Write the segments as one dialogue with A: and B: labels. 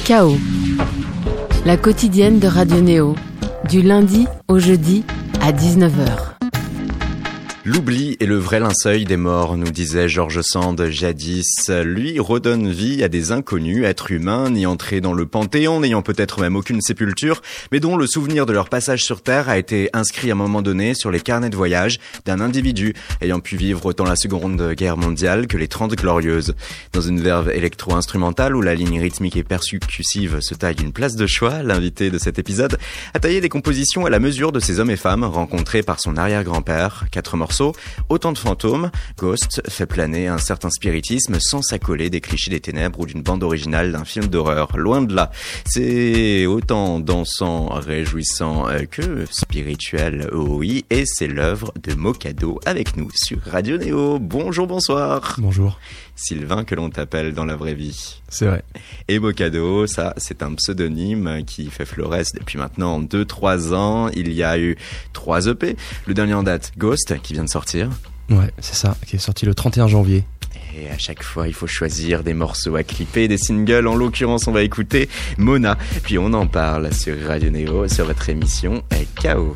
A: Chaos, la quotidienne de Radio Néo, du lundi au jeudi à 19h.
B: L'oubli est le vrai linceul des morts, nous disait George Sand jadis. Lui redonne vie à des inconnus, êtres humains, n'y entrés dans le Panthéon, n'ayant peut-être même aucune sépulture, mais dont le souvenir de leur passage sur Terre a été inscrit à un moment donné sur les carnets de voyage d'un individu ayant pu vivre autant la Seconde Guerre mondiale que les 30 Glorieuses. Dans une verve électro-instrumentale où la ligne rythmique et percussive se taille une place de choix, l'invité de cet épisode a taillé des compositions à la mesure de ces hommes et femmes rencontrés par son arrière-grand-père. 4 morceaux, autant de fantômes. Ghost fait planer un certain spiritisme sans s'accoler des clichés des ténèbres ou d'une bande originale d'un film d'horreur. Loin de là. C'est autant dansant, réjouissant que spirituel, oh oui, et c'est l'œuvre de Mokado avec nous sur Radio Néo. Bonjour, bonsoir.
C: Bonjour.
B: Sylvain que l'on t'appelle dans la vraie vie.
C: C'est vrai.
B: Et Mokado, ça c'est un pseudonyme qui fait florès depuis maintenant 2-3 ans. Il y a eu 3 EP. Le dernier en date, Ghost, qui vient de sortir.
C: Ouais, c'est ça, qui est sorti le 31 janvier.
B: Et à chaque fois, il faut choisir des morceaux à clipper, des singles. En l'occurrence, on va écouter Mona. Puis on en parle sur Radio Néo, sur votre émission Chaos.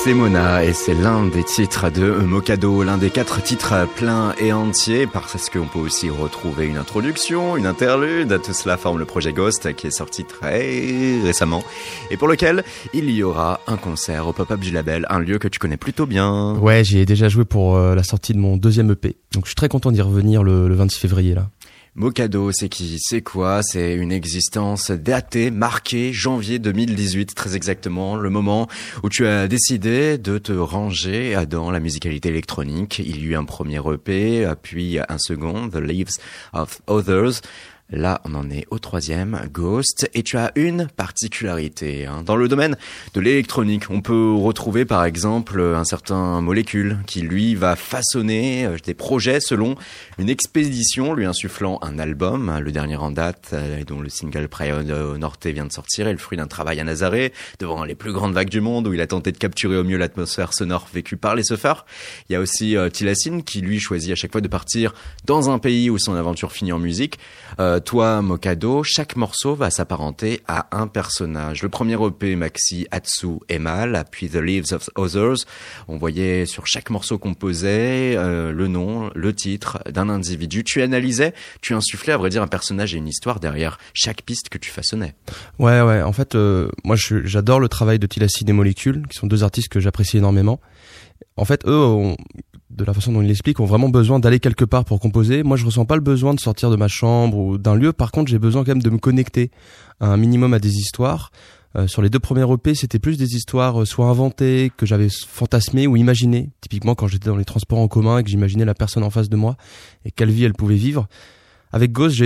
B: C'est Mona et c'est l'un des titres de Mokado, l'un des 4 titres pleins et entiers, parce qu'on peut aussi retrouver une introduction, une interlude. Tout cela forme le projet Ghost qui est sorti très récemment et pour lequel il y aura un concert au pop-up du label, un lieu que tu connais plutôt bien.
C: Ouais, j'y ai déjà joué pour la sortie de mon 2e EP, donc je suis très content d'y revenir le 26 février là.
B: Mokado, c'est qui? C'est quoi? C'est une existence datée, marquée, janvier 2018, très exactement, le moment où tu as décidé de te ranger dans la musicalité électronique. Il y eut un premier EP, puis un second, The Leaves of Others. Là, on en est au 3e, Ghost, et tu as une particularité. Dans le domaine de l'électronique, on peut retrouver par exemple un certain Molécule qui, lui, va façonner des projets selon une expédition, lui insufflant un album, le dernier en date, dont le single Praia Norte vient de sortir, est le fruit d'un travail à Nazaré, devant les plus grandes vagues du monde, où il a tenté de capturer au mieux l'atmosphère sonore vécue par les surfeurs. Il y a aussi Tilassine qui, lui, choisit à chaque fois de partir dans un pays où son aventure finit en musique. Toi, Mokado, chaque morceau va s'apparenter à un personnage. Le premier EP, Maxi, Atsu et Mal, puis The Leaves of Others. On voyait sur chaque morceau composé le nom, le titre d'un individu. Tu analysais, tu insufflais, à vrai dire, un personnage et une histoire derrière chaque piste que tu façonnais.
C: Ouais, en fait, moi j'adore le travail de Tilassine et Molécule, qui sont 2 artistes que j'apprécie énormément. En fait, eux, de la façon dont ils l'expliquent, ont vraiment besoin d'aller quelque part pour composer. Moi, je ressens pas le besoin de sortir de ma chambre ou d'un lieu. Par contre, j'ai besoin quand même de me connecter un minimum à des histoires. Sur les 2 premiers EP, c'était plus des histoires soit inventées, que j'avais fantasmées ou imaginées. Typiquement, quand j'étais dans les transports en commun et que j'imaginais la personne en face de moi et quelle vie elle pouvait vivre. Avec Ghost,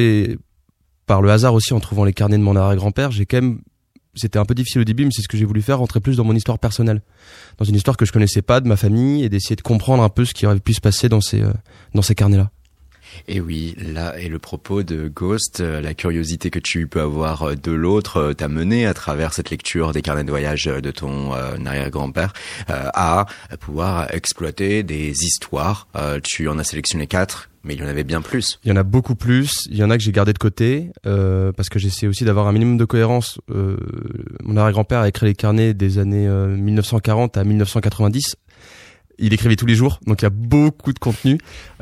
C: par le hasard aussi, en trouvant les carnets de mon arrière-grand-père, c'était un peu difficile au début, mais c'est ce que j'ai voulu faire, rentrer plus dans mon histoire personnelle. Dans une histoire que je connaissais pas de ma famille et d'essayer de comprendre un peu ce qui aurait pu se passer dans ces carnets-là.
B: Et oui, là est le propos de Ghost. La curiosité que tu peux avoir de l'autre t'a mené à travers cette lecture des carnets de voyage de ton arrière-grand-père à pouvoir exploiter des histoires. Tu en as sélectionné 4. Mais il y en avait bien plus.
C: Il y en a beaucoup plus. Il y en a que j'ai gardé de côté parce que j'essaie aussi d'avoir un minimum de cohérence. Mon arrière-grand-père a écrit les carnets des années 1940 à 1990. Il écrivait tous les jours, donc il y a beaucoup de contenu.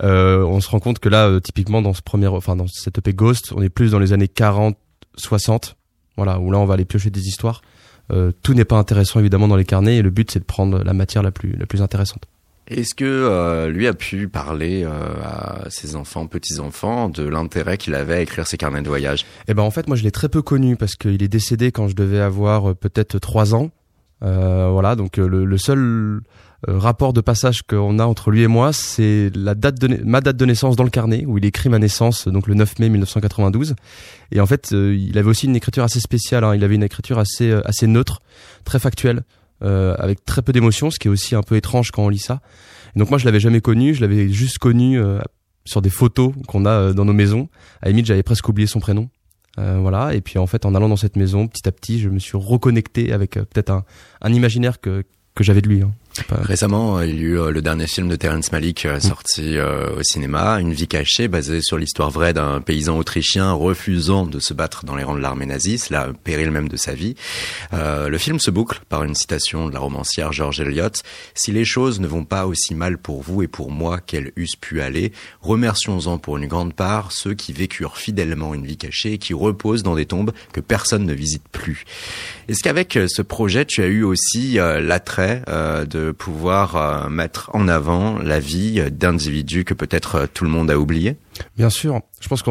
C: On se rend compte que là, typiquement dans cette EP Ghost, on est plus dans les années 40, 60. Voilà, où là on va aller piocher des histoires. Tout n'est pas intéressant évidemment dans les carnets et le but c'est de prendre la matière la plus intéressante.
B: Est-ce que lui a pu parler à ses enfants, petits-enfants, de l'intérêt qu'il avait à écrire ses carnets de voyage?
C: Eh ben en fait, moi je l'ai très peu connu parce qu'il est décédé quand je devais avoir peut-être 3 ans. Voilà, donc le seul rapport de passage qu'on a entre lui et moi, c'est ma date de naissance dans le carnet où il écrit ma naissance, donc le 9 mai 1992. Et en fait, il avait aussi une écriture assez spéciale. Il avait une écriture assez neutre, très factuelle. Avec très peu d'émotions, ce qui est aussi un peu étrange quand on lit ça. Et donc moi je l'avais jamais connu, je l'avais juste connu sur des photos qu'on a dans nos maisons. À la limite j'avais presque oublié son prénom. Voilà. Et puis en fait en allant dans cette maison, petit à petit, je me suis reconnecté avec peut-être un imaginaire que j'avais de lui.
B: Récemment, il y a eu le dernier film de Terrence Malick sorti au cinéma, Une vie cachée, basée sur l'histoire vraie d'un paysan autrichien refusant de se battre dans les rangs de l'armée nazie, cela péril même de sa vie. Le film se boucle par une citation de la romancière George Eliot. « Si les choses ne vont pas aussi mal pour vous et pour moi qu'elles eussent pu aller, remercions-en pour une grande part ceux qui vécurent fidèlement une vie cachée et qui reposent dans des tombes que personne ne visite plus. » Est-ce qu'avec ce projet, tu as eu aussi l'attrait de pouvoir mettre en avant la vie d'individus que peut-être tout le monde a oublié?
C: Bien sûr. Je pense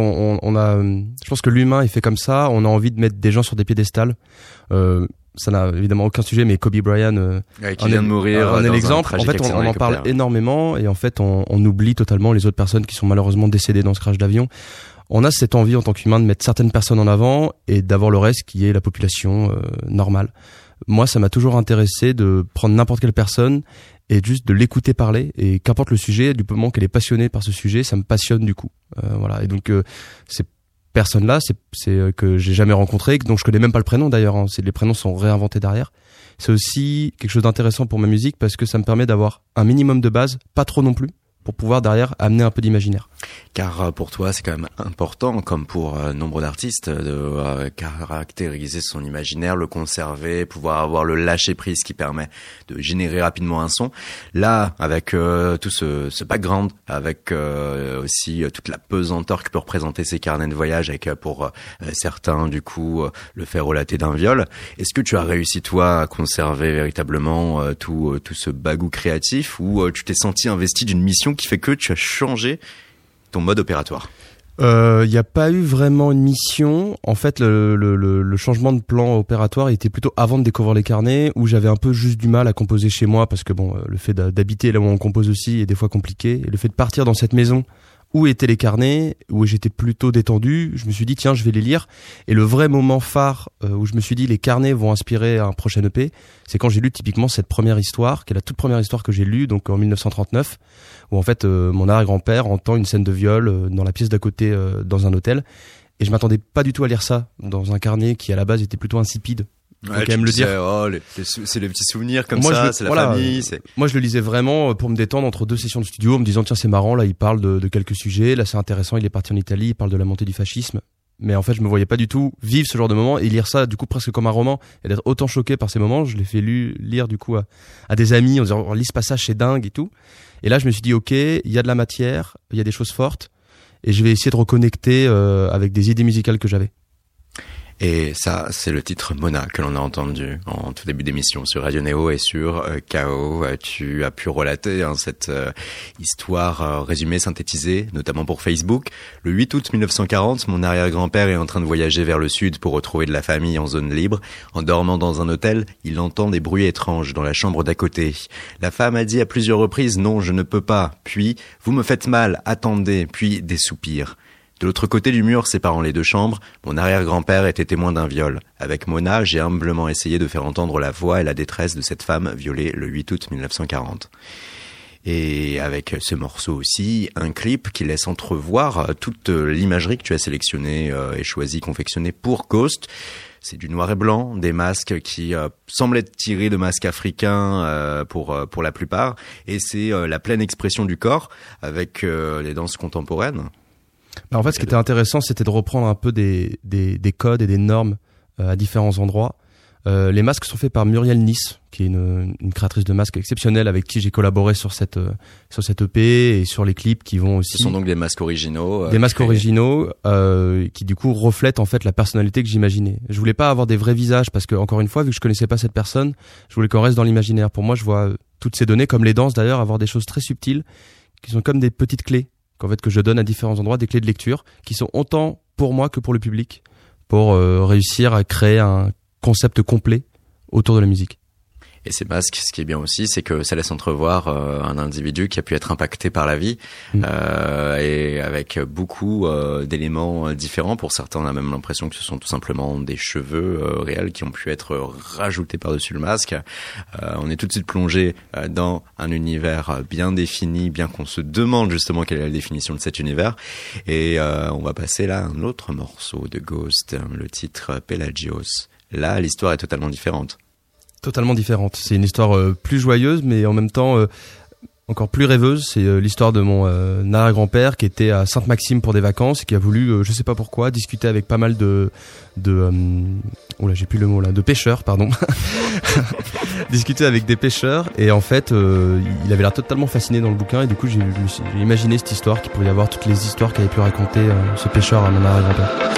C: je pense que l'humain est fait comme ça. On a envie de mettre des gens sur des piédestals. Ça n'a évidemment aucun sujet, mais Kobe Bryant
B: qui vient de mourir
C: en est l'exemple. En fait, on en parle énormément et en fait, on oublie totalement les autres personnes qui sont malheureusement décédées dans ce crash d'avion. On a cette envie en tant qu'humain de mettre certaines personnes en avant et d'avoir le reste qui est la population normale. Moi, ça m'a toujours intéressé de prendre n'importe quelle personne et juste de l'écouter parler. Et qu'importe le sujet, du moment qu'elle est passionnée par ce sujet, ça me passionne du coup. Voilà. Et donc, ces personnes-là, c'est que j'ai jamais rencontré, dont je connais même pas le prénom d'ailleurs. Les prénoms sont réinventés derrière. C'est aussi quelque chose d'intéressant pour ma musique parce que ça me permet d'avoir un minimum de base, pas trop non plus. pour pouvoir derrière amener un peu d'imaginaire.
B: Car pour toi, c'est quand même important, comme pour nombre d'artistes, de caractériser son imaginaire, le conserver, pouvoir avoir le lâcher-prise qui permet de générer rapidement un son. Là, avec tout ce background, avec aussi toute la pesanteur que peut représenter ces carnets de voyage, avec pour certains, du coup, le faire relater d'un viol, est-ce que tu as réussi, toi, à conserver véritablement tout ce bagou créatif, ou tu t'es senti investi d'une mission qui fait que tu as changé ton mode opératoire?
C: Il n'y a pas eu vraiment une mission. En fait, le changement de plan opératoire était plutôt avant de découvrir les carnets, où j'avais un peu juste du mal à composer chez moi, parce que bon, le fait d'habiter là où on compose aussi est des fois compliqué. Et le fait de partir dans cette maison où étaient les carnets, où j'étais plutôt détendu, je me suis dit tiens, je vais les lire. Et le vrai moment phare où je me suis dit les carnets vont inspirer un prochain EP, c'est quand j'ai lu typiquement cette première histoire, qui est la toute première histoire que j'ai lue, donc en 1939, où en fait mon arrière-grand-père entend une scène de viol dans la pièce d'à côté dans un hôtel. Et je m'attendais pas du tout à lire ça dans un carnet qui à la base était plutôt insipide.
B: Ouais, quand même le dire. C'est les petits souvenirs comme moi, ça, c'est la famille.
C: Moi, je le lisais vraiment pour me détendre entre deux sessions de studio, en me disant tiens, c'est marrant, là, il parle de quelques sujets, là, c'est intéressant, il est parti en Italie, il parle de la montée du fascisme. Mais en fait, je me voyais pas du tout vivre ce genre de moment et lire ça, du coup, presque comme un roman, et d'être autant choqué par ces moments. Je l'ai fait lire, du coup, à des amis, en disant, lis ce passage, c'est dingue et tout. Et là, je me suis dit, ok, il y a de la matière, il y a des choses fortes, et je vais essayer de reconnecter avec des idées musicales que j'avais.
B: Et ça, c'est le titre Mona que l'on a entendu en tout début d'émission sur Radio Néo et sur KO. Tu as pu relater cette histoire résumée, synthétisée, notamment pour Facebook. Le 8 août 1940, mon arrière-grand-père est en train de voyager vers le sud pour retrouver de la famille en zone libre. En dormant dans un hôtel, il entend des bruits étranges dans la chambre d'à côté. La femme a dit à plusieurs reprises « Non, je ne peux pas ». Puis « Vous me faites mal, attendez ». Puis des soupirs. De l'autre côté du mur séparant les deux chambres, mon arrière-grand-père était témoin d'un viol. Avec Mona, j'ai humblement essayé de faire entendre la voix et la détresse de cette femme violée le 8 août 1940. Et avec ce morceau aussi, un clip qui laisse entrevoir toute l'imagerie que tu as sélectionnée et choisie, confectionnée pour Ghost. C'est du noir et blanc, des masques qui semblent être tirés de masques africains pour la plupart. Et c'est la pleine expression du corps avec les danses contemporaines.
C: Bah en fait, ce qui était intéressant, c'était de reprendre un peu des codes et des normes à différents endroits. Les masques sont faits par Muriel Nice, qui est une créatrice de masques exceptionnelle avec qui j'ai collaboré sur cette EP et sur les clips qui vont aussi.
B: Ce sont donc des masques originaux.
C: Des masques originaux qui du coup reflètent en fait la personnalité que j'imaginais. Je voulais pas avoir des vrais visages parce que encore une fois, vu que je connaissais pas cette personne, je voulais qu'on reste dans l'imaginaire. Pour moi, je vois toutes ces données, comme les danses d'ailleurs, avoir des choses très subtiles qui sont comme des petites clés. En fait, que je donne à différents endroits, des clés de lecture qui sont autant pour moi que pour le public, pour réussir à créer un concept complet autour de la musique.
B: Et ces masques, ce qui est bien aussi, c'est que ça laisse entrevoir un individu qui a pu être impacté par la vie et avec beaucoup d'éléments différents. Pour certains, on a même l'impression que ce sont tout simplement des cheveux réels qui ont pu être rajoutés par-dessus le masque. On est tout de suite plongé dans un univers bien défini, bien qu'on se demande justement quelle est la définition de cet univers. Et on va passer là à un autre morceau de Ghost, le titre Pelagios. Là, l'histoire est totalement différente.
C: Totalement différente. C'est une histoire plus joyeuse, mais en même temps encore plus rêveuse. C'est l'histoire de mon arrière-grand-père qui était à Sainte-Maxime pour des vacances et qui a voulu, je sais pas pourquoi, discuter avec pas mal de j'ai plus le mot là, de pêcheurs, pardon. Discuter avec des pêcheurs et en fait, il avait l'air totalement fasciné dans le bouquin et du coup j'ai imaginé cette histoire qu'il pouvait y avoir toutes les histoires qu'avait pu raconter ce pêcheur à mon arrière-grand-père.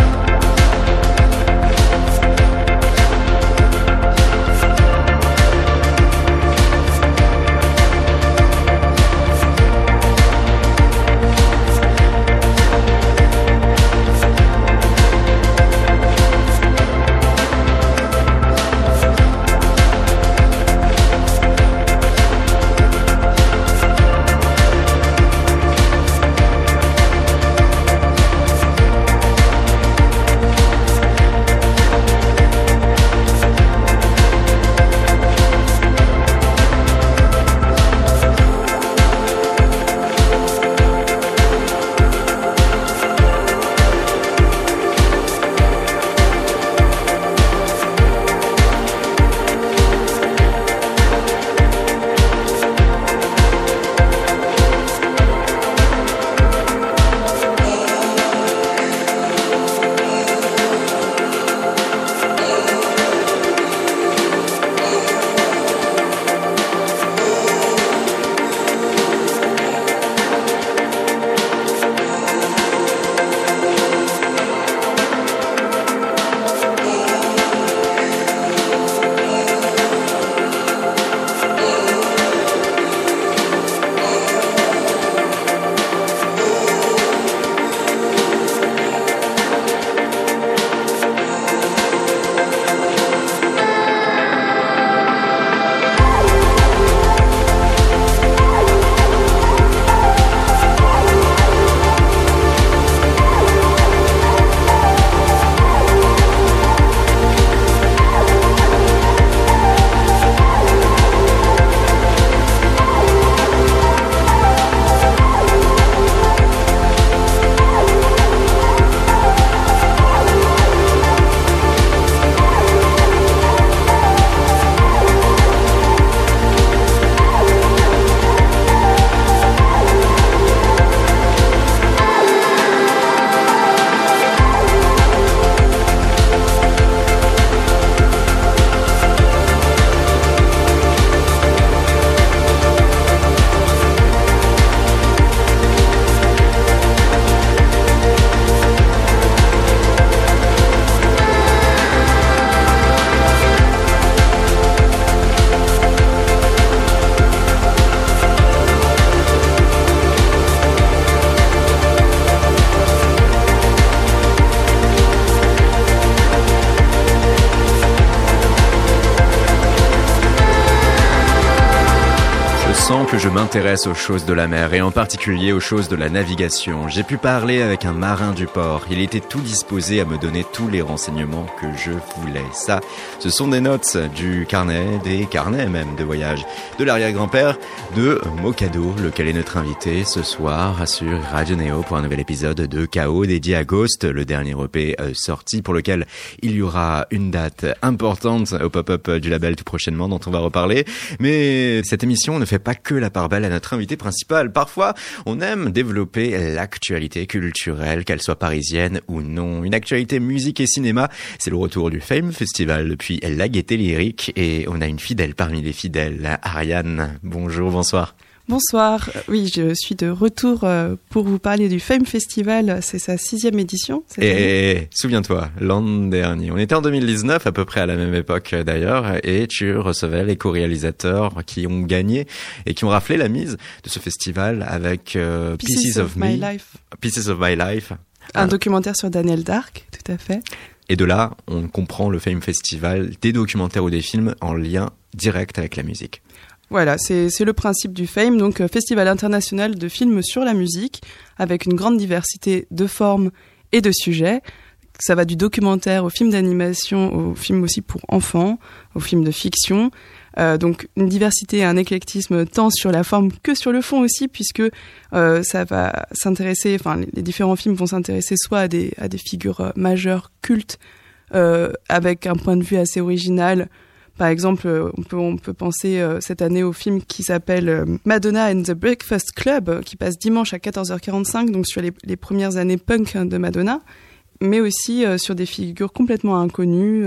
B: sens que je m'intéresse aux choses de la mer et en particulier aux choses de la navigation. J'ai pu parler avec un marin du port. Il était tout disposé à me donner tous les renseignements que je voulais. Ça, ce sont des notes du carnet, des carnets même de voyage, de l'arrière-grand-père de Mokado, lequel est notre invité ce soir sur Radio Néo pour un nouvel épisode de KO dédié à Ghost, le dernier EP sorti pour lequel il y aura une date importante au pop-up du label tout prochainement dont on va reparler. Mais cette émission ne fait pas que la part belle à notre invité principal. Parfois, on aime développer l'actualité culturelle, qu'elle soit parisienne ou non. Une actualité musique et cinéma, c'est le retour du Fame Festival depuis la Gaîté Lyrique et on a une fidèle parmi les fidèles, Ariane. Bonjour, bonsoir.
D: Bonsoir, oui, je suis de retour pour vous parler du Fame Festival, c'est sa 6e édition.
B: Et souviens-toi, l'an dernier, on était en 2019, à peu près à la même époque d'ailleurs, et tu recevais les co-réalisateurs qui ont gagné et qui ont raflé la mise de ce festival avec Pieces of My Life.
D: Un documentaire sur Daniel Dark, tout à fait.
B: Et de là, on comprend le Fame Festival, des documentaires ou des films en lien direct avec la musique.
D: Voilà, c'est le principe du Fame, donc festival international de films sur la musique, avec une grande diversité de formes et de sujets. Ça va du documentaire au film d'animation, au film aussi pour enfants, au film de fiction. Donc une diversité et un éclectisme tant sur la forme que sur le fond aussi, puisque ça va s'intéresser, enfin les différents films vont s'intéresser soit à des figures majeures, cultes, avec un point de vue assez original. Par exemple, on peut penser cette année au film qui s'appelle Madonna and the Breakfast Club, qui passe dimanche à 14h45, donc sur les premières années punk de Madonna, mais aussi sur des figures complètement inconnues,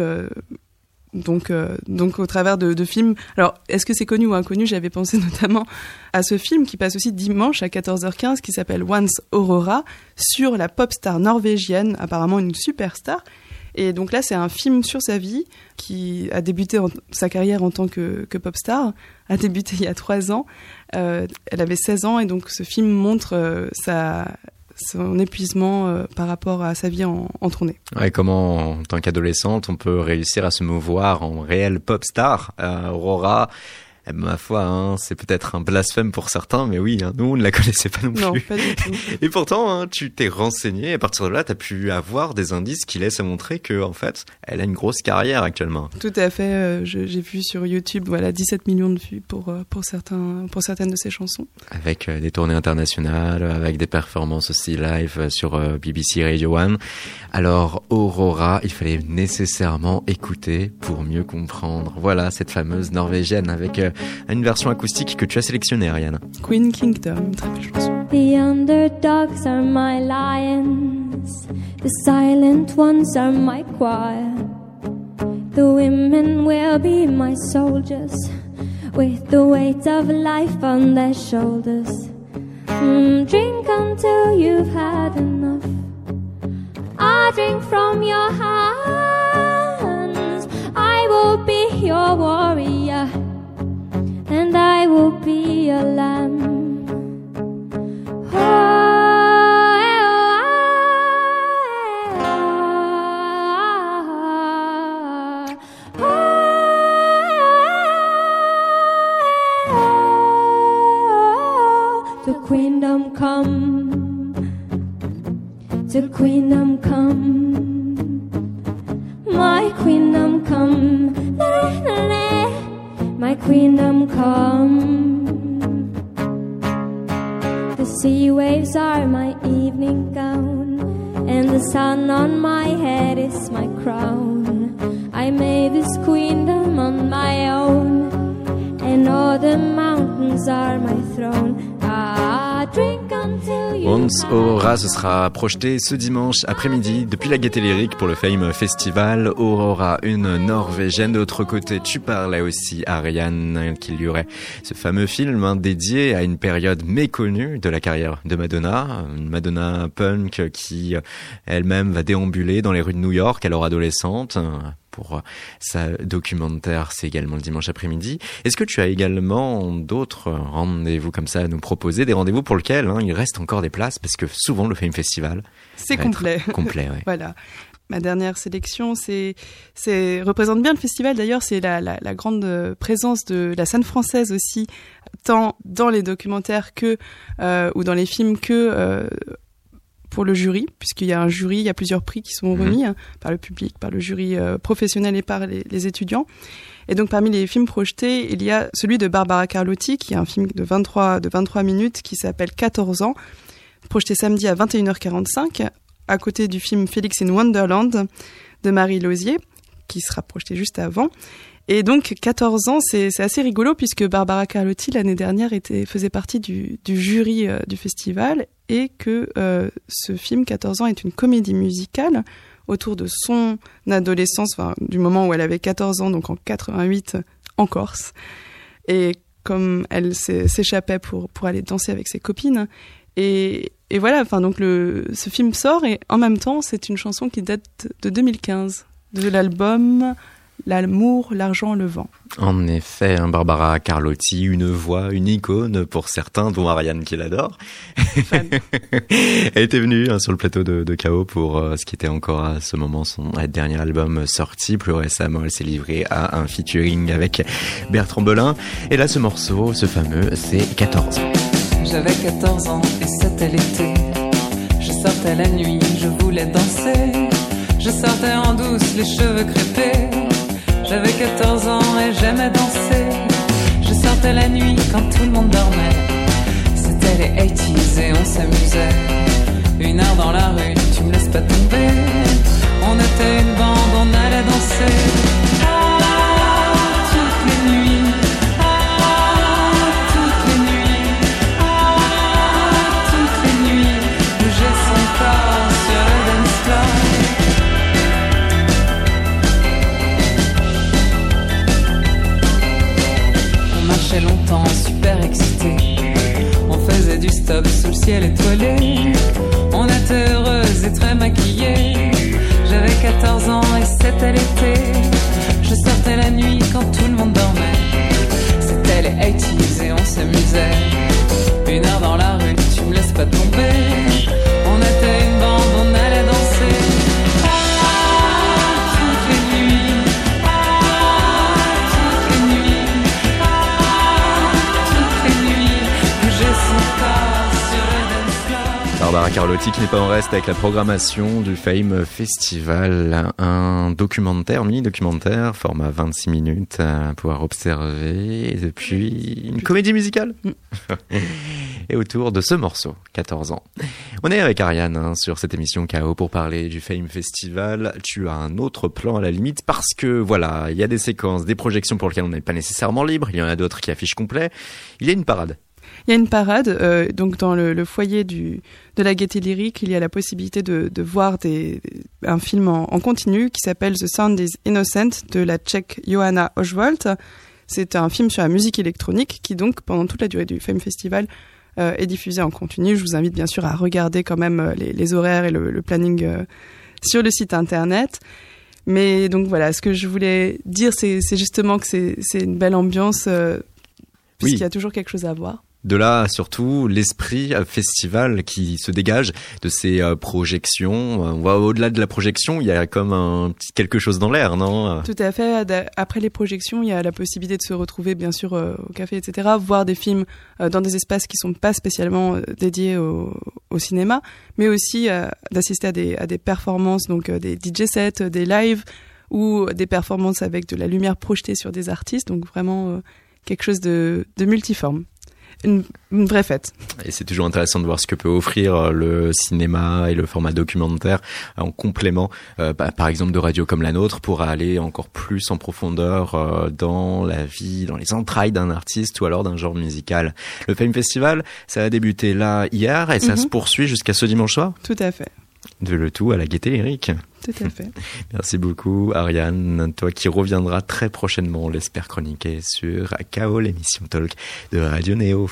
D: donc au travers de films. Alors, est-ce que c'est connu ou inconnu ? J'avais pensé notamment à ce film qui passe aussi dimanche à 14h15, qui s'appelle Once Aurora, sur la pop star norvégienne, apparemment une superstar. Et donc là, c'est un film sur sa vie qui a débuté sa carrière en tant que pop star, a débuté il y a 3 ans. Elle avait 16 ans et donc ce film montre son épuisement par rapport à sa vie en tournée.
B: Ouais, comment, en tant qu'adolescente, on peut réussir à se mouvoir en réelle pop star. Aurora, ma foi, c'est peut-être un blasphème pour certains, mais oui, nous, on ne la connaissait pas non plus.
D: Non, pas du tout.
B: Et pourtant, tu t'es renseigné, et à partir de là, tu as pu avoir des indices qui laissent à montrer que, en fait, elle a une grosse carrière actuellement.
D: Tout à fait. J'ai vu sur YouTube, 17 millions de vues pour certaines de ses chansons.
B: Avec des tournées internationales, avec des performances aussi live sur BBC Radio 1. Alors, Aurora, il fallait nécessairement écouter pour mieux comprendre. Voilà, cette fameuse norvégienne avec une version acoustique que tu as sélectionnée, Ariane.
D: Queen Kingdom, très belle chanson.
E: The underdogs are my lions, the silent ones are my choir. The women will be my soldiers, with the weight of life on their shoulders. Drink until you've had enough. I drink from your hands. I will be your warrior, and I will be your lamb. To queendom come, to queendom come, my queendom come, my queendom come. The sea waves are my evening gown, and the sun on my head is my crown. I made this queendom on my own, and all the mountains are my throne.
B: Once Aurora, ce sera projeté ce dimanche après-midi depuis la Gaîté Lyrique pour le Fame Festival. Aurora, une Norvégienne. De l'autre côté, tu parlais aussi, Ariane, qu'il y aurait ce fameux film dédié à une période méconnue de la carrière de Madonna. Une Madonna punk qui elle-même va déambuler dans les rues de New York alors adolescente. Pour sa documentaire, c'est également le dimanche après-midi. Est-ce que tu as également d'autres rendez-vous comme ça à nous proposer, des rendez-vous pour lesquels il reste encore des places, parce que souvent le Fame Festival
D: c'est complet.
B: Complet, ouais.
D: Voilà. ma dernière sélection, c'est représente bien le festival. D'ailleurs, c'est la grande présence de la scène française aussi, tant dans les documentaires que ou dans les films que pour le jury, puisqu'il y a un jury, il y a plusieurs prix qui sont remis par le public, par le jury professionnel et par les étudiants. Et donc parmi les films projetés, il y a celui de Barbara Carlotti, qui est un film de 23 minutes qui s'appelle 14 ans, projeté samedi à 21h45, à côté du film Felix in Wonderland de Marie Lausier, qui sera projeté juste avant. Et donc 14 ans, c'est assez rigolo puisque Barbara Carlotti l'année dernière faisait partie du jury du festival et que ce film 14 ans est une comédie musicale autour de son adolescence, enfin du moment où elle avait 14 ans, donc en 88 en Corse. Et comme elle s'échappait pour aller danser avec ses copines. Et voilà, enfin donc ce film sort et en même temps c'est une chanson qui date de 2015 de l'album L'amour, l'argent, le vent.
B: En effet, Barbara Carlotti, une voix, une icône pour certains, dont Ariane qui l'adore. Elle était venue sur le plateau de KO pour ce qui était encore à ce moment son dernier album sorti. Plus récemment, elle s'est livrée à un featuring avec Bertrand Belin. Et là, ce morceau, ce fameux, c'est 14 ans.
F: J'avais 14 ans et c'était l'été. Je sortais la nuit, je voulais danser. Je sortais en douce, les cheveux crêpés. J'avais 14 ans et j'aimais danser. Je sortais la nuit quand tout le monde dormait. C'était les 80s et on s'amusait. 1 heure dans la rue, tu me laisses pas tomber. On était une bande, on allait danser. Toutes les nuits. Toutes les nuits. Toutes les nuits. Bouger son corps sur le dance floor. Marchait longtemps, super excité. On faisait du stop sous le ciel étoilé. On était heureuses et très maquillées. J'avais 14 ans et c'était l'été. Je sortais la nuit quand tout le monde dormait. C'était les 80s et on s'amusait. 1 heure dans la rue, tu me laisses pas tomber. On était une bande, on allait danser. Toutes les nuits.
B: Barbara Carlotti qui n'est pas en reste avec la programmation du Fame Festival, un documentaire, mini-documentaire, format 26 minutes à pouvoir observer, et depuis une comédie musicale. Et autour de ce morceau, 14 ans. On est avec Ariane sur cette émission KO pour parler du Fame Festival. Tu as un autre plan à la limite parce que voilà, il y a des séquences, des projections pour lesquelles on n'est pas nécessairement libre, il y en a d'autres qui affichent complet. Il y a une parade.
D: Il y a une parade, donc dans le foyer de la Gaîté Lyrique, il y a la possibilité de voir un film en continu qui s'appelle The Sound is Innocent de la Tchèque Johanna Oswald. C'est un film sur la musique électronique qui donc pendant toute la durée du Fame Festival est diffusé en continu. Je vous invite bien sûr à regarder quand même les horaires et le planning sur le site internet. Mais donc voilà, ce que je voulais dire, c'est justement que c'est une belle ambiance puisqu'il y a toujours quelque chose à voir.
B: De là, surtout, l'esprit festival qui se dégage de ces projections. On va au-delà de la projection, il y a comme un petit quelque chose dans l'air, non ?
D: Tout à fait. Après les projections, il y a la possibilité de se retrouver, bien sûr, au café, etc., voir des films dans des espaces qui sont pas spécialement dédiés au cinéma, mais aussi d'assister à des performances, donc des DJ sets, des lives ou des performances avec de la lumière projetée sur des artistes, donc vraiment quelque chose de multiforme. Une vraie fête.
B: Et c'est toujours intéressant de voir ce que peut offrir le cinéma et le format documentaire en complément, par exemple, de radios comme la nôtre pour aller encore plus en profondeur dans la vie, dans les entrailles d'un artiste ou alors d'un genre musical. Le Fame Festival, ça a débuté là hier et ça se poursuit jusqu'à ce dimanche soir ?
D: Tout à fait.
B: De le tout à la Gaîté Lyrique.
D: Tout à fait.
B: Merci beaucoup Ariane, toi qui reviendras très prochainement, on l'espère, chroniquer sur KO, l'émission Talk de Radio Néo.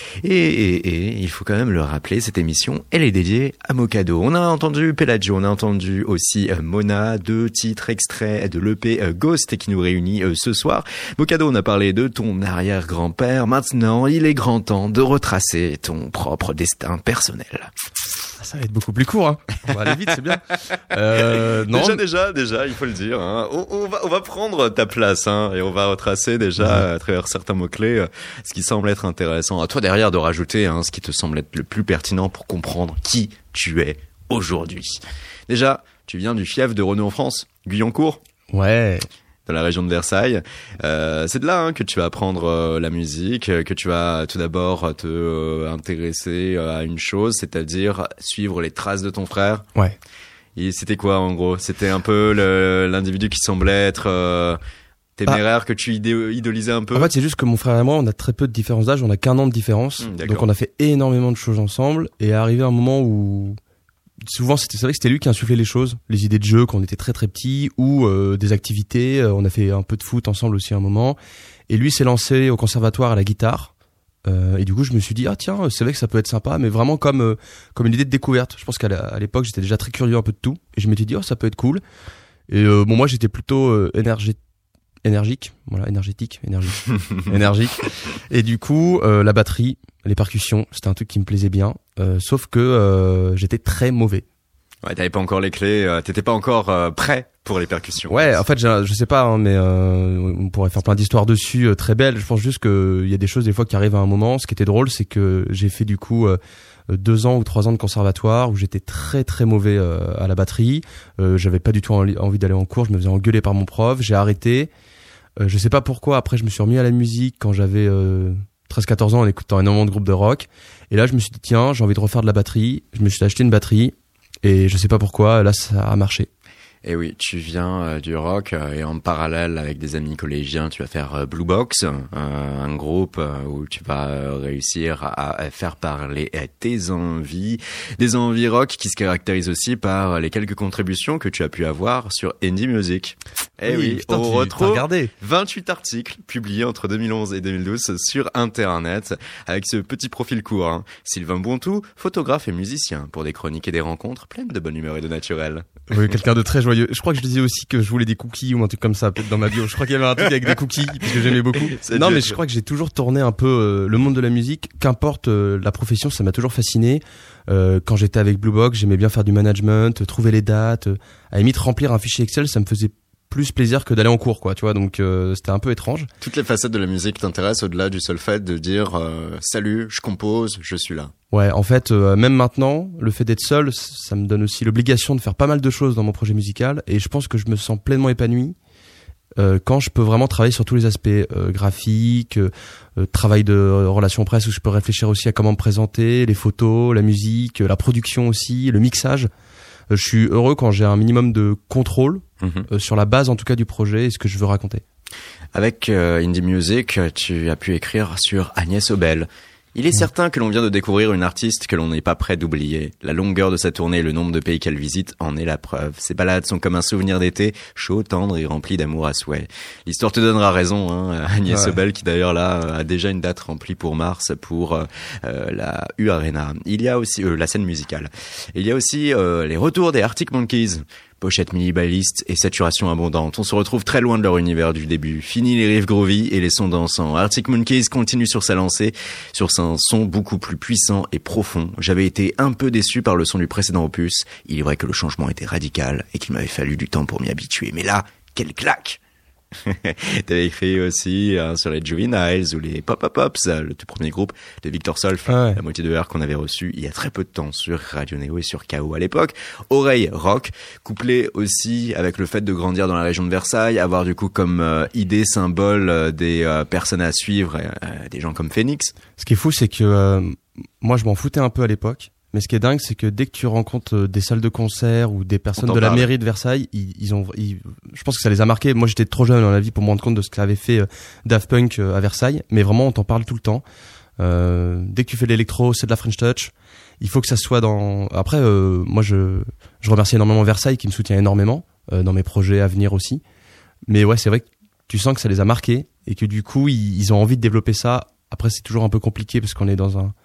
B: Et il faut quand même le rappeler, cette émission, elle est dédiée à Mocado. On a entendu Pelagio, on a entendu aussi Mona, 2 titres extraits de l'EP Ghost qui nous réunit ce soir. Mocado, on a parlé de ton arrière-grand-père. Maintenant, il est grand temps de retracer ton propre destin personnel.
C: Ça va être beaucoup plus court, hein. On va aller vite, c'est bien. Non.
B: Déjà, il faut le dire. Hein. On va prendre ta place hein, et on va retracer déjà à travers certains mots-clés ce qui semble être intéressant. À toi derrière de rajouter ce qui te semble être le plus pertinent pour comprendre qui tu es aujourd'hui. Déjà, tu viens du fief de Renaud en France, Guyancourt.
C: Ouais.
B: Dans la région de Versailles. C'est de là que tu vas apprendre la musique, que tu vas tout d'abord te intéresser à une chose, c'est-à-dire suivre les traces de ton frère.
C: Ouais.
B: Et c'était quoi en gros ? C'était un peu l'individu qui semblait être téméraire, que tu idolisais un peu ?
C: En fait, c'est juste que mon frère et moi, on a très peu de différence d'âge, on a qu'1 an de différence. Donc on a fait énormément de choses ensemble et arrivé un moment où souvent c'est vrai que c'était lui qui insufflait les choses, les idées de jeu quand on était très très petits ou des activités, on a fait un peu de foot ensemble aussi un moment et lui s'est lancé au conservatoire à la guitare et du coup je me suis dit tiens, c'est vrai que ça peut être sympa mais vraiment comme une idée de découverte. Je pense qu'à l'époque j'étais déjà très curieux un peu de tout et je m'étais dit ça peut être cool et moi j'étais plutôt énergique et du coup la batterie, les percussions, c'était un truc qui me plaisait bien, sauf que j'étais très mauvais.
B: Ouais, t'avais pas encore les clés, t'étais pas encore prêt pour les percussions.
C: Ouais, en fait, je sais pas, mais on pourrait faire plein d'histoires dessus, très belles. Je pense juste que il y a des choses des fois qui arrivent à un moment. Ce qui était drôle, c'est que j'ai fait du coup 2 ans ou 3 ans de conservatoire où j'étais très très mauvais à la batterie. J'avais pas du tout envie d'aller en cours. Je me faisais engueuler par mon prof. J'ai arrêté. Je sais pas pourquoi. Après, je me suis remis à la musique quand j'avais 13-14 ans en écoutant énormément de groupes de rock. Et là, je me suis dit, tiens, j'ai envie de refaire de la batterie. Je me suis acheté une batterie. Et je sais pas pourquoi, là, ça a marché.
B: Et oui, tu viens du rock et en parallèle avec des amis collégiens, tu vas faire Blue Box, un groupe où tu vas réussir à faire parler tes envies, des envies rock qui se caractérisent aussi par les quelques contributions que tu as pu avoir sur Indie Music. Et oui,
C: putain,
B: on retrouve
C: 28
B: articles publiés entre 2011 et 2012 sur Internet avec ce petit profil court. Hein. Sylvain Bontou, photographe et musicien pour des chroniques et des rencontres pleines de bonne humeur et de naturel.
C: Oui, quelqu'un de très joyeux. Je crois que je disais aussi que je voulais des cookies ou un truc comme ça, peut-être dans ma bio. Je crois qu'il y avait un truc avec des cookies, parce que j'aimais beaucoup. Non, mais je crois que j'ai toujours tourné un peu le monde de la musique. Qu'importe la profession, ça m'a toujours fasciné. Quand j'étais avec Blue Box, j'aimais bien faire du management, trouver les dates. À la limite, remplir un fichier Excel, ça me faisait plus plaisir que d'aller en cours, quoi, tu vois. Donc c'était un peu étrange.
B: Toutes les facettes de la musique t'intéressent au-delà du seul fait de dire salut, je compose, je suis là.
C: Ouais, en fait, même maintenant, le fait d'être seul, ça me donne aussi l'obligation de faire pas mal de choses dans mon projet musical, et je pense que je me sens pleinement épanoui quand je peux vraiment travailler sur tous les aspects graphiques, travail de relations presse où je peux réfléchir aussi à comment me présenter, les photos, la musique, la production aussi, le mixage. Je suis heureux quand j'ai un minimum de contrôle sur la base en tout cas du projet et ce que je veux raconter.
B: Avec Indie Music, tu as pu écrire sur Agnès Obel. Il est certain que l'on vient de découvrir une artiste que l'on n'est pas prêt d'oublier. La longueur de sa tournée et le nombre de pays qu'elle visite en est la preuve. Ses balades sont comme un souvenir d'été, chaud, tendre et rempli d'amour à souhait. L'histoire te donnera raison, hein, Agnès Obel, qui d'ailleurs là a déjà une date remplie pour mars pour la U Arena. Il y a aussi la scène musicale. Il y a aussi les retours des Arctic Monkeys. Pochette minimaliste et saturation abondante. On se retrouve très loin de leur univers du début. Fini les riffs groovy et les sons dansants. Arctic Monkeys continue sur sa lancée, sur un son beaucoup plus puissant et profond. J'avais été un peu déçu par le son du précédent opus. Il est vrai que le changement était radical et qu'il m'avait fallu du temps pour m'y habituer. Mais là, quelle claque! T'avais écrit aussi sur les Juveniles ou les Pop-Up-Pops, le tout premier groupe de Victor Solf, la moitié de R qu'on avait reçu il y a très peu de temps sur Radio Néo et sur KO à l'époque. Oreille rock, couplé aussi avec le fait de grandir dans la région de Versailles, avoir du coup comme idée symbole des personnes à suivre, des gens comme Phoenix.
C: Ce qui est fou, c'est que moi je m'en foutais un peu à l'époque. Mais ce qui est dingue, c'est que dès que tu rencontres des salles de concert ou des personnes de la mairie de Versailles, je pense que ça les a marqués. Moi, j'étais trop jeune dans la vie pour me rendre compte de ce qu'avait fait Daft Punk à Versailles. Mais vraiment, on t'en parle tout le temps. Dès que tu fais de l'électro, c'est de la French Touch. Il faut que ça soit dans... Après, moi, je remercie énormément Versailles qui me soutient énormément dans mes projets à venir aussi. Mais ouais, c'est vrai que tu sens que ça les a marqués et que du coup, ils ont envie de développer ça. Après, c'est toujours un peu compliqué parce qu'on est dans un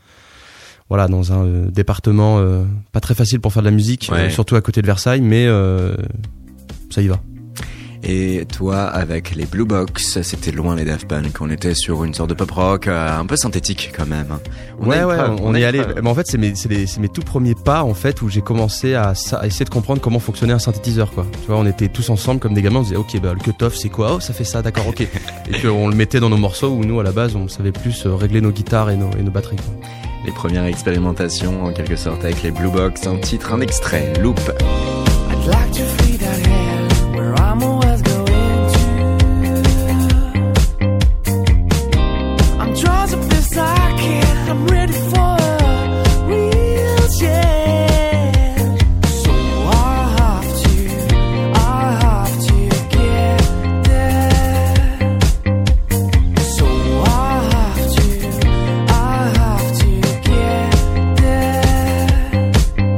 C: département pas très facile pour faire de la musique, surtout à côté de Versailles, mais ça y va.
B: Et toi, avec les Blue Box, c'était loin les Daft Punk. On était sur une sorte de pop rock un peu synthétique quand même.
C: On est allé. Mais en fait, c'est mes tout premiers pas en fait où j'ai commencé à essayer de comprendre comment fonctionnait un synthétiseur, quoi. Tu vois, on était tous ensemble comme des gamins. On disait ok, bah le cut-off c'est quoi? Oh, ça fait ça, d'accord, ok. Et puis on le mettait dans nos morceaux où nous à la base on savait plus régler nos guitares et nos batteries, quoi.
B: Les premières expérimentations en quelque sorte avec les Blue Box. Un titre, un extrait, Loop.
G: I'd like to free that hand where I'm always going to. I'm drawn to this I can. I'm ready for a real change. So I have to get there. So I have to get there.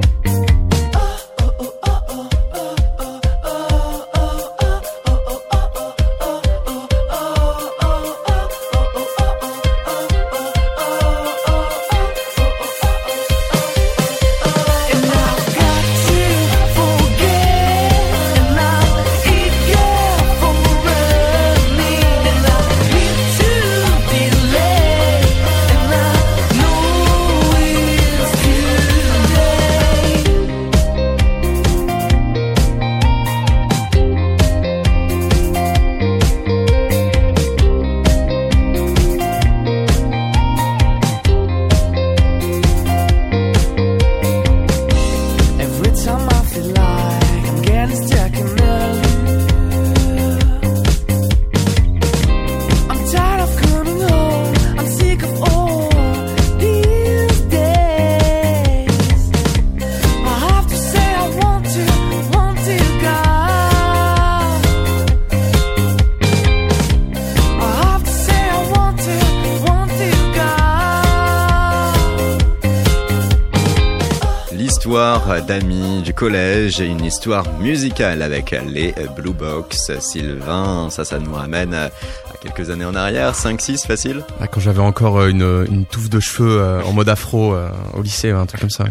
B: D'amis du collège et une histoire musicale avec les Blue Box. Sylvain, ça nous ramène à quelques années en arrière, 5-6 facile.
C: Ah, quand j'avais encore une touffe de cheveux en mode afro au lycée, un truc comme ça.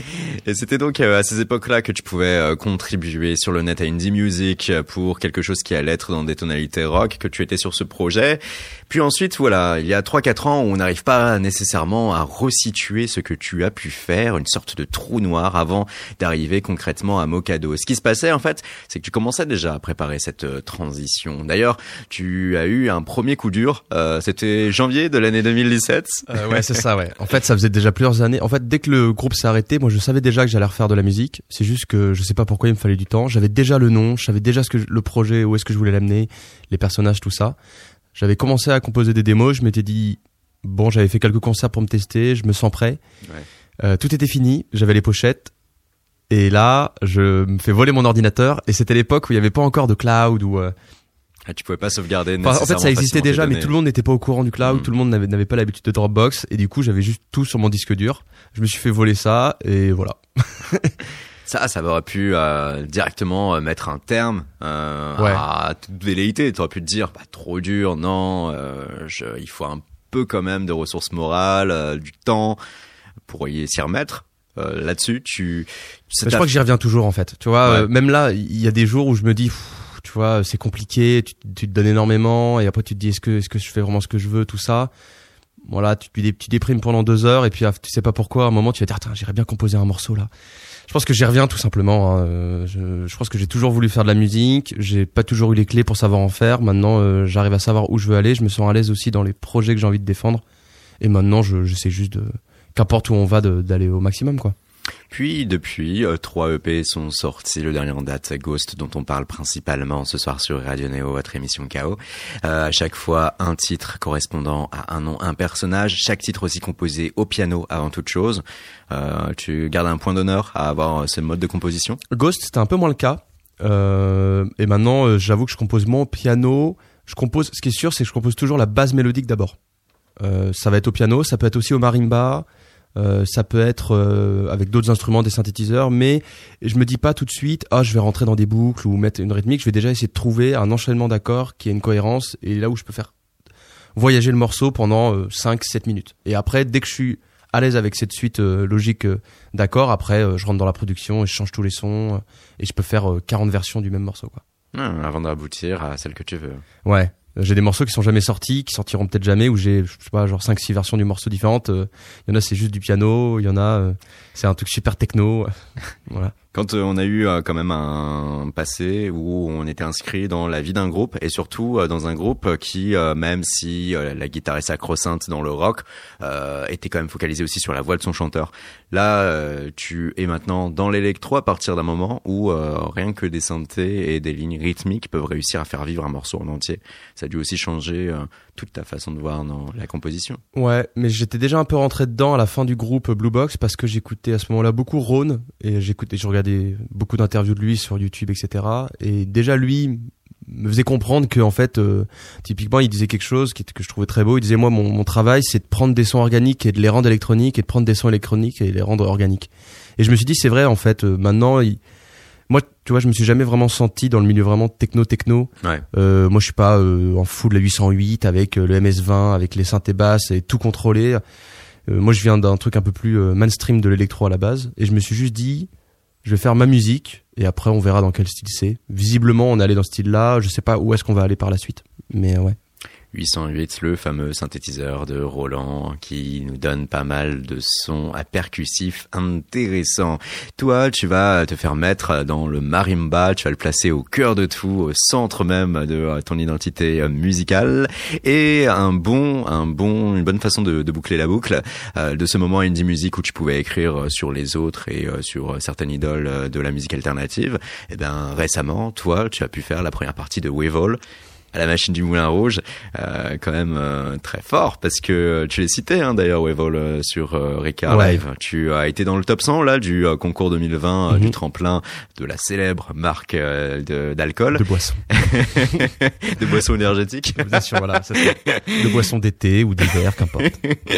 B: Et c'était donc à ces époques-là que tu pouvais contribuer sur le net à Indie Music pour quelque chose qui allait être dans des tonalités rock, que tu étais sur ce projet. Puis ensuite, voilà, il y a 3-4 ans, on n'arrive pas nécessairement à resituer ce que tu as pu faire, une sorte de trou noir avant d'arriver concrètement à Mocado. Ce qui se passait, en fait, c'est que tu commençais déjà à préparer cette transition. D'ailleurs, tu as eu un premier coup dur, c'était janvier de l'année 2017.
C: Ouais, c'est ça, ouais. En fait, ça faisait déjà plusieurs années. En fait, dès que le groupe s'est arrêté, moi, je savais déjà que j'allais refaire de la musique. C'est juste que je sais pas pourquoi il me fallait du temps. J'avais déjà le nom, je savais déjà le projet, où est-ce que je voulais l'amener, les personnages, tout ça. J'avais commencé à composer des démos, je m'étais dit, bon, j'avais fait quelques concerts pour me tester, je me sens prêt. Ouais. Tout était fini, j'avais les pochettes. Et là, je me fais voler mon ordinateur. Et c'était l'époque où il n'y avait pas encore de cloud ou...
B: tu pouvais pas sauvegarder nécessairement.
C: En fait, ça existait déjà, mais tout le monde n'était pas au courant du cloud. Tout le monde n'avait pas l'habitude de Dropbox. Et du coup, j'avais juste tout sur mon disque dur. Je me suis fait voler ça et voilà.
B: Ça aurait pu directement mettre un terme à toute velléité. Tu aurais pu te dire, trop dur, non, il faut un peu quand même de ressources morales, du temps pour s'y remettre. Là-dessus, je
C: crois que j'y reviens toujours en fait. Tu vois, même là, il y a des jours où je me dis, tu vois, c'est compliqué, tu te donnes énormément et après tu te dis est-ce que je fais vraiment ce que je veux, tout ça. Voilà, tu déprimes pendant 2 heures et puis tu sais pas pourquoi, à un moment tu vas te dire j'irais bien composer un morceau là. Je pense que j'y reviens tout simplement. Hein. Je pense que j'ai toujours voulu faire de la musique, j'ai pas toujours eu les clés pour savoir en faire. Maintenant, j'arrive à savoir où je veux aller, je me sens à l'aise aussi dans les projets que j'ai envie de défendre. Et maintenant, j'essaie juste qu'importe où on va, d'aller au maximum, quoi.
B: Puis depuis, 3 EP sont sortis. Le dernier en date, Ghost, dont on parle principalement ce soir sur Radio Néo, votre émission KO. À chaque fois, un titre correspondant à un nom, un personnage. Chaque titre aussi composé au piano avant toute chose. Tu gardes un point d'honneur à avoir ce mode de composition?
C: Ghost, c'était un peu moins le cas. Et maintenant, j'avoue que je compose moins au piano. Ce qui est sûr, c'est que je compose toujours la base mélodique d'abord. Ça va être au piano, ça peut être aussi au marimba. Ça peut être avec d'autres instruments, des synthétiseurs, mais je me dis pas tout de suite je vais rentrer dans des boucles ou mettre une rythmique. Je vais déjà essayer de trouver un enchaînement d'accords qui ait une cohérence et là où je peux faire voyager le morceau pendant 5-7 minutes. Et après, dès que je suis à l'aise avec cette suite logique d'accords, après je rentre dans la production et je change tous les sons et je peux faire 40 versions du même morceau, quoi.
B: Avant d'aboutir à celle que tu veux.
C: Ouais. J'ai des morceaux qui sont jamais sortis, qui sortiront peut-être jamais, où j'ai, je sais pas, genre 5-6 versions du morceau différentes. Il y en a, c'est juste du piano. Il y en a, c'est un truc super techno. Voilà.
B: Quand on a eu quand même un passé où on était inscrit dans la vie d'un groupe et surtout dans un groupe qui, même si la guitare est sacro-sainte dans le rock, était quand même focalisé aussi sur la voix de son chanteur. Là, tu es maintenant dans l'électro à partir d'un moment où rien que des synthés et des lignes rythmiques peuvent réussir à faire vivre un morceau en entier. Ça a dû aussi changer toute ta façon de voir dans la composition.
C: Ouais, mais j'étais déjà un peu rentré dedans à la fin du groupe Blue Box parce que j'écoutais à ce moment-là beaucoup Rhône et je regardais beaucoup d'interviews de lui sur YouTube, etc. Et déjà lui me faisait comprendre que en fait, typiquement, il disait quelque chose que je trouvais très beau. Il disait moi, mon travail, c'est de prendre des sons organiques et de les rendre électroniques et de prendre des sons électroniques et de les rendre organiques. Et je me suis dit c'est vrai en fait. Maintenant, moi, tu vois, je me suis jamais vraiment senti dans le milieu vraiment techno.
B: Ouais.
C: Moi, je suis pas en fou de la 808 avec le MS-20, avec les synthés basses et tout contrôlé. Moi, je viens d'un truc un peu plus mainstream de l'électro à la base. Et je me suis juste dit, je vais faire ma musique et après, on verra dans quel style c'est. Visiblement, on est allé dans ce style-là. Je sais pas où est-ce qu'on va aller par la suite. Mais ouais.
B: 808, le fameux synthétiseur de Roland qui nous donne pas mal de sons à percussifs intéressants. Toi, tu vas te faire mettre dans le marimba, tu vas le placer au cœur de tout, au centre même de ton identité musicale. Et une bonne façon de boucler la boucle de ce moment indie music où tu pouvais écrire sur les autres et sur certaines idoles de la musique alternative. Et ben récemment, toi, tu as pu faire la première partie de Weevil à la machine du Moulin Rouge, quand même très fort, parce que tu l'as cité d'ailleurs, Weevil, sur Ricard Live. Tu as été dans le top 100 là du concours 2020 du tremplin de la célèbre marque d'alcool,
C: de boissons,
B: de boissons énergétiques.
C: Bien sûr, voilà, ça, de boissons d'été ou d'hiver, qu'importe.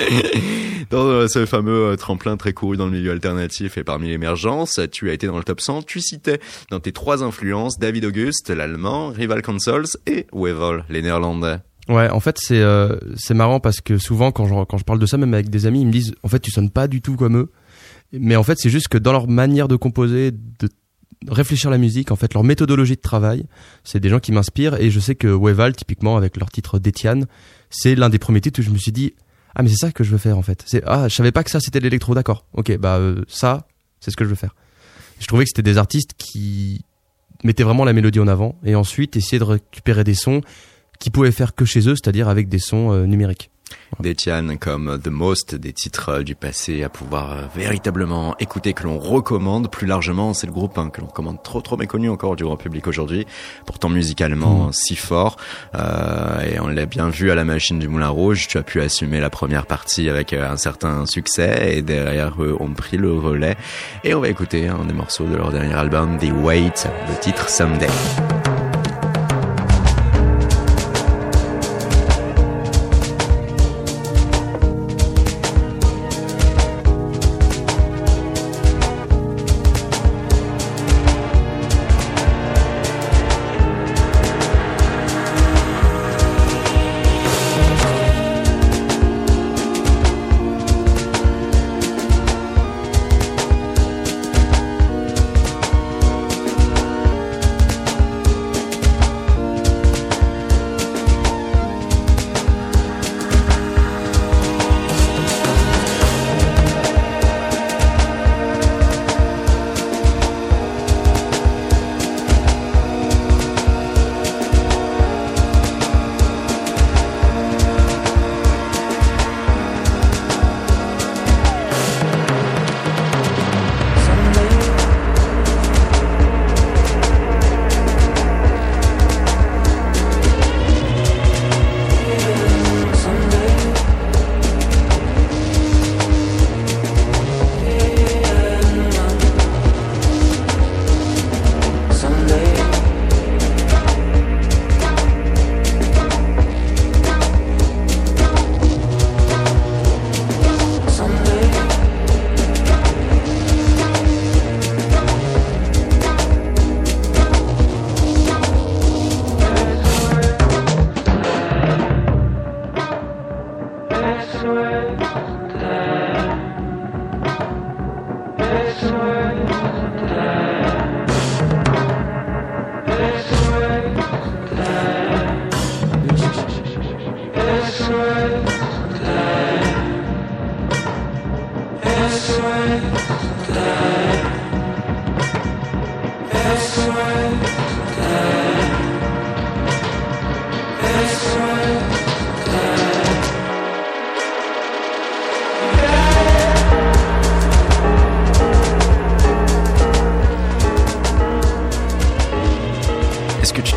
B: Dans ce fameux tremplin très couru dans le milieu alternatif et parmi l'émergence, tu as été dans le top 100. Tu citais dans tes 3 influences David August, l'allemand, Rival Consoles et Weevil, les néerlandais.
C: Ouais, en fait, c'est marrant parce que souvent, quand je parle de ça, même avec des amis, ils me disent, en fait, tu sonnes pas du tout comme eux. Mais en fait, c'est juste que dans leur manière de composer, de réfléchir à la musique, en fait, leur méthodologie de travail, c'est des gens qui m'inspirent. Et je sais que Weevil, typiquement, avec leur titre d'Étienne, c'est l'un des premiers titres où je me suis dit, ah, mais c'est ça que je veux faire, en fait. Je savais pas que ça, c'était de l'électro, d'accord. Ok, ça, c'est ce que je veux faire. Je trouvais que c'était des artistes qui mettaient vraiment la mélodie en avant et ensuite essayer de récupérer des sons qu'ils pouvaient faire que chez eux, c'est-à-dire avec des sons numériques.
B: D'Etienne comme The Most, des titres du passé à pouvoir véritablement écouter, que l'on recommande plus largement. C'est le groupe que l'on recommande trop méconnu encore du grand public aujourd'hui, pourtant musicalement si fort, et on l'a bien vu à la machine du Moulin Rouge. Tu as pu assumer la première partie avec un certain succès et derrière eux ont pris le relais, et on va écouter un des morceaux de leur dernier album, The Wait, le titre Someday.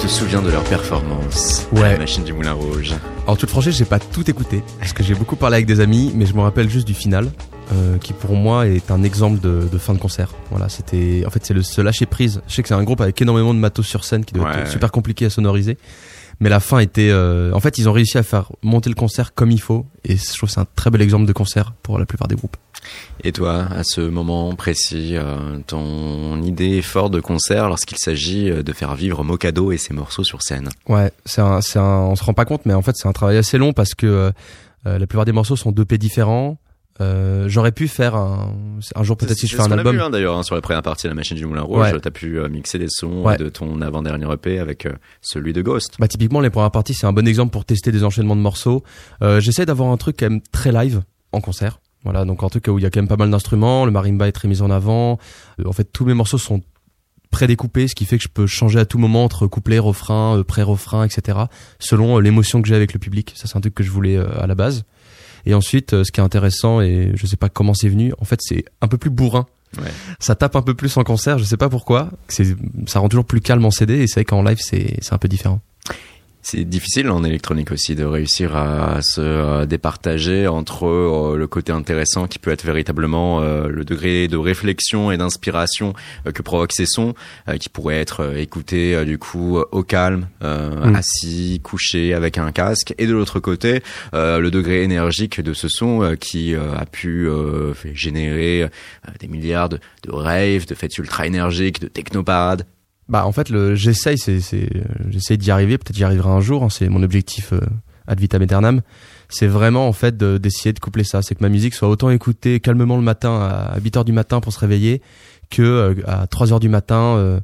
B: te souviens de leur performance à
C: Ouais.
B: la machine du Moulin Rouge?
C: En toute franchise, j'ai pas tout écouté parce que j'ai beaucoup parlé avec des amis, mais je me rappelle juste du final, qui pour moi est un exemple de fin de concert. Voilà, c'était, en fait, c'est ce lâcher prise. Je sais que c'est un groupe avec énormément de matos sur scène qui doit être super compliqué à sonoriser, mais la fin était, en fait, ils ont réussi à faire monter le concert comme il faut, et je trouve que c'est un très bel exemple de concert pour la plupart des groupes.
B: Et toi, à ce moment précis, ton idée forte de concert lorsqu'il s'agit de faire vivre Mokado et ses morceaux sur scène?
C: Ouais, on se rend pas compte, mais en fait, c'est un travail assez long parce que la plupart des morceaux sont d'EP différents. J'aurais pu faire un jour peut-être si je fais un album.
B: C'est ce qu'on a vu d'ailleurs sur la première partie de la machine du Moulin Rouge.
C: Ouais.
B: T'as pu mixer des sons
C: Ouais.
B: de ton avant-dernier EP avec celui de Ghost.
C: Bah typiquement les premières parties c'est un bon exemple pour tester des enchaînements de morceaux. J'essaie d'avoir un truc quand même très live en concert. Voilà, donc un truc où il y a quand même pas mal d'instruments, le marimba est très mis en avant. En fait tous mes morceaux sont prédécoupés, ce qui fait que je peux changer à tout moment entre couplet, refrain, pré-refrain, etc. selon l'émotion que j'ai avec le public. Ça c'est un truc que je voulais à la base. Et ensuite ce qui est intéressant, et je sais pas comment c'est venu, en fait c'est un peu plus bourrin.
B: Ouais.
C: Ça tape un peu plus en concert, je sais pas pourquoi. Ça rend toujours plus calme en CD, et c'est vrai qu'en live c'est un peu différent.
B: C'est difficile en électronique aussi de réussir à se départager entre le côté intéressant qui peut être véritablement le degré de réflexion et d'inspiration que provoquent ces sons, qui pourraient être écoutés du coup au calme, assis, couché avec un casque, et de l'autre côté le degré énergique de ce son qui a pu générer des milliards de raves, de fêtes ultra énergiques, de technoparades.
C: Bah en fait j'essaye d'y arriver, peut-être j'y arriverai un jour, hein, c'est mon objectif ad vitam aeternam. C'est vraiment en fait d'essayer de coupler ça, c'est que ma musique soit autant écoutée calmement le matin à 8h du matin pour se réveiller que à 3h du matin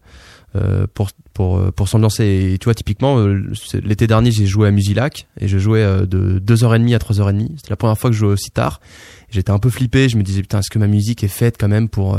C: pour s'ambiancer. Et tu vois typiquement l'été dernier j'ai joué à Musilac et je jouais de 2h30 à 3h30. C'était la première fois que je jouais aussi tard. J'étais un peu flippé, je me disais putain, est-ce que ma musique est faite quand même pour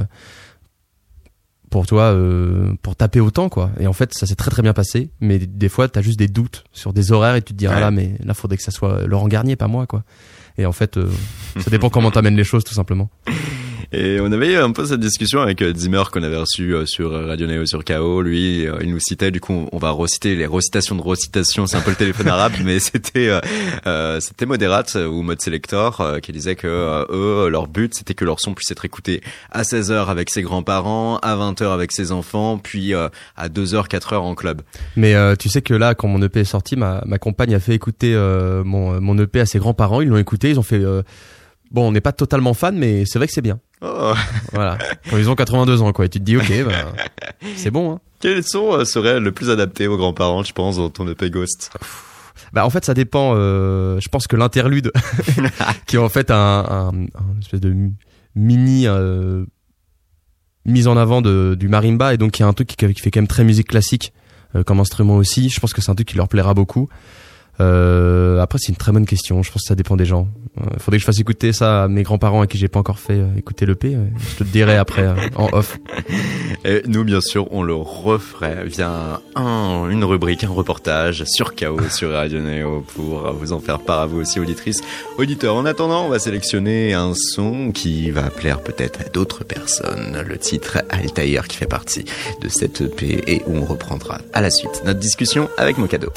C: toi pour taper autant quoi. Et en fait ça s'est très très bien passé, mais des fois t'as juste des doutes sur des horaires et tu te dis ah là mais là faudrait que ça soit Laurent Garnier pas moi quoi. Et en fait ça dépend comment t'amènes les choses tout simplement.
B: Et on avait eu un peu cette discussion avec Zimmer qu'on avait reçu sur Radio Néo sur KO. Lui, il nous citait, du coup, on va reciter les recitations de recitations. C'est un peu le téléphone arabe, mais c'était Moderat ou Mode Selector qui disait que eux, leur but, c'était que leur son puisse être écouté à 16h avec ses grands-parents, à 20h avec ses enfants, puis à 2h, 4h en club.
C: Mais tu sais que là, quand mon EP est sorti, ma compagne a fait écouter mon EP à ses grands-parents. Ils l'ont écouté, ils ont fait... Bon, on n'est pas totalement fan, mais c'est vrai que c'est bien.
B: Oh.
C: Voilà. Quand ils ont 82 ans, quoi. Et tu te dis, ok, bah, c'est bon, hein.
B: Quel son serait le plus adapté aux grands-parents, je pense, dans ton EP Ghost?
C: Bah, en fait, ça dépend, je pense que l'interlude, qui est en fait un espèce de mini, mise en avant du marimba, et donc qui est un truc qui fait quand même très musique classique, comme instrument aussi. Je pense que c'est un truc qui leur plaira beaucoup. Après c'est une très bonne question, je pense que ça dépend des gens. Faudrait que je fasse écouter ça à mes grands-parents à qui j'ai pas encore fait écouter l'EP, je te le dirai après en off.
B: Et nous bien sûr on le referait via une rubrique, un reportage sur KO sur Radio Néo pour vous en faire part à vous aussi auditrices, auditeurs. En attendant on va sélectionner un son qui va plaire peut-être à d'autres personnes, le titre Altaïr qui fait partie de cette EP et où on reprendra à la suite notre discussion avec Mokado.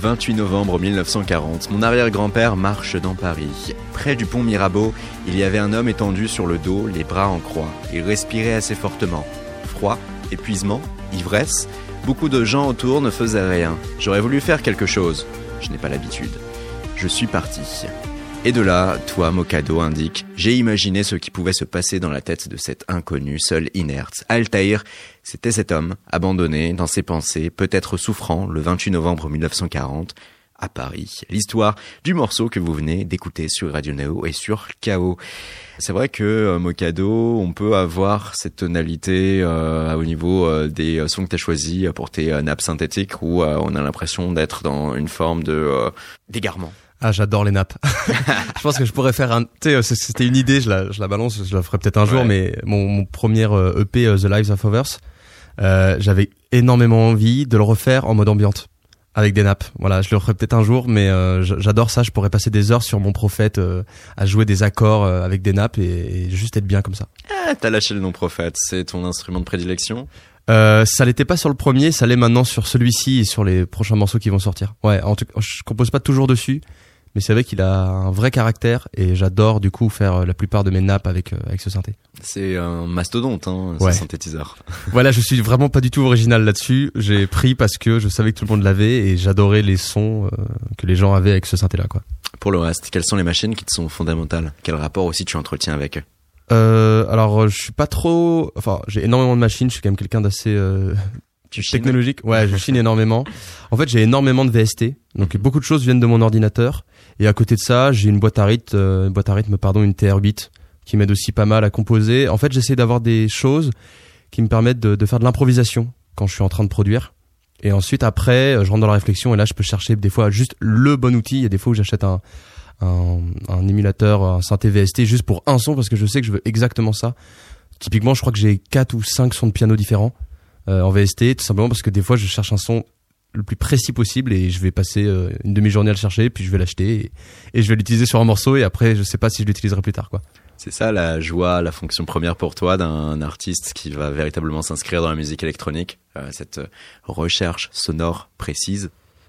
B: 28 novembre 1940, mon arrière-grand-père marche dans Paris. Près du pont Mirabeau, il y avait un homme étendu sur le dos, les bras en croix. Il respirait assez fortement. Froid, épuisement, ivresse, beaucoup de gens autour ne faisaient rien. J'aurais voulu faire quelque chose. Je n'ai pas l'habitude. Je suis parti. Et de là, toi, Mokado, indique, j'ai imaginé ce qui pouvait se passer dans la tête de cet inconnu, seul inerte. Altaïr, c'était cet homme, abandonné dans ses pensées, peut-être souffrant, le 28 novembre 1940, à Paris. L'histoire du morceau que vous venez d'écouter sur Radio Néo et sur KO. C'est vrai que Mokado, on peut avoir cette tonalité au niveau des sons que tu as choisis pour tes nappes synthétiques où on a l'impression d'être dans une forme de d'égarement.
C: Ah, j'adore les nappes. Je pense que je pourrais faire un, tu sais, c'était une idée, je la balance, je la ferai peut-être un jour, mais mon premier EP, The Lives of Others, j'avais énormément envie de le refaire en mode ambiante, avec des nappes. Voilà, je le referai peut-être un jour, mais j'adore ça, je pourrais passer des heures sur mon Prophète, à jouer des accords avec des nappes et juste être bien comme ça.
B: Ah, t'as lâché le nom Prophète, c'est ton instrument de prédilection?
C: Ça l'était pas sur le premier, ça l'est maintenant sur celui-ci et sur les prochains morceaux qui vont sortir. Ouais, en tout cas, je compose pas toujours dessus, mais c'est vrai qu'il a un vrai caractère et j'adore du coup faire la plupart de mes nappes avec ce synthé.
B: C'est un mastodonte, hein,
C: ouais.
B: Ce synthétiseur.
C: Voilà, je suis vraiment pas du tout original là-dessus. J'ai pris parce que je savais que tout le monde l'avait et j'adorais les sons que les gens avaient avec ce synthé-là, quoi.
B: Pour le reste, quelles sont les machines qui te sont fondamentales? Quel rapport aussi tu entretiens avec eux?
C: Alors, je suis pas trop, enfin, j'ai énormément de machines. Je suis quand même quelqu'un d'assez technologique. Ouais, je chine énormément. En fait, j'ai énormément de VST. Donc, beaucoup de choses viennent de mon ordinateur. Et à côté de ça, j'ai une boîte à rythme, une TR-8 qui m'aide aussi pas mal à composer. En fait, j'essaie d'avoir des choses qui me permettent de faire de l'improvisation quand je suis en train de produire. Et ensuite, après, je rentre dans la réflexion et là, je peux chercher des fois juste le bon outil. Il y a des fois où j'achète un émulateur, un synthé VST juste pour un son parce que je sais que je veux exactement ça. Typiquement, je crois que j'ai 4 ou 5 sons de piano différents en VST, tout simplement parce que des fois, je cherche un son le plus précis possible et je vais passer une demi-journée à le chercher, puis je vais l'acheter et je vais l'utiliser sur un morceau et après, je sais pas si je l'utiliserai plus tard, quoi.
B: C'est ça la joie, la fonction première pour toi d'un artiste qui va véritablement s'inscrire dans la musique électronique, cette recherche sonore précise.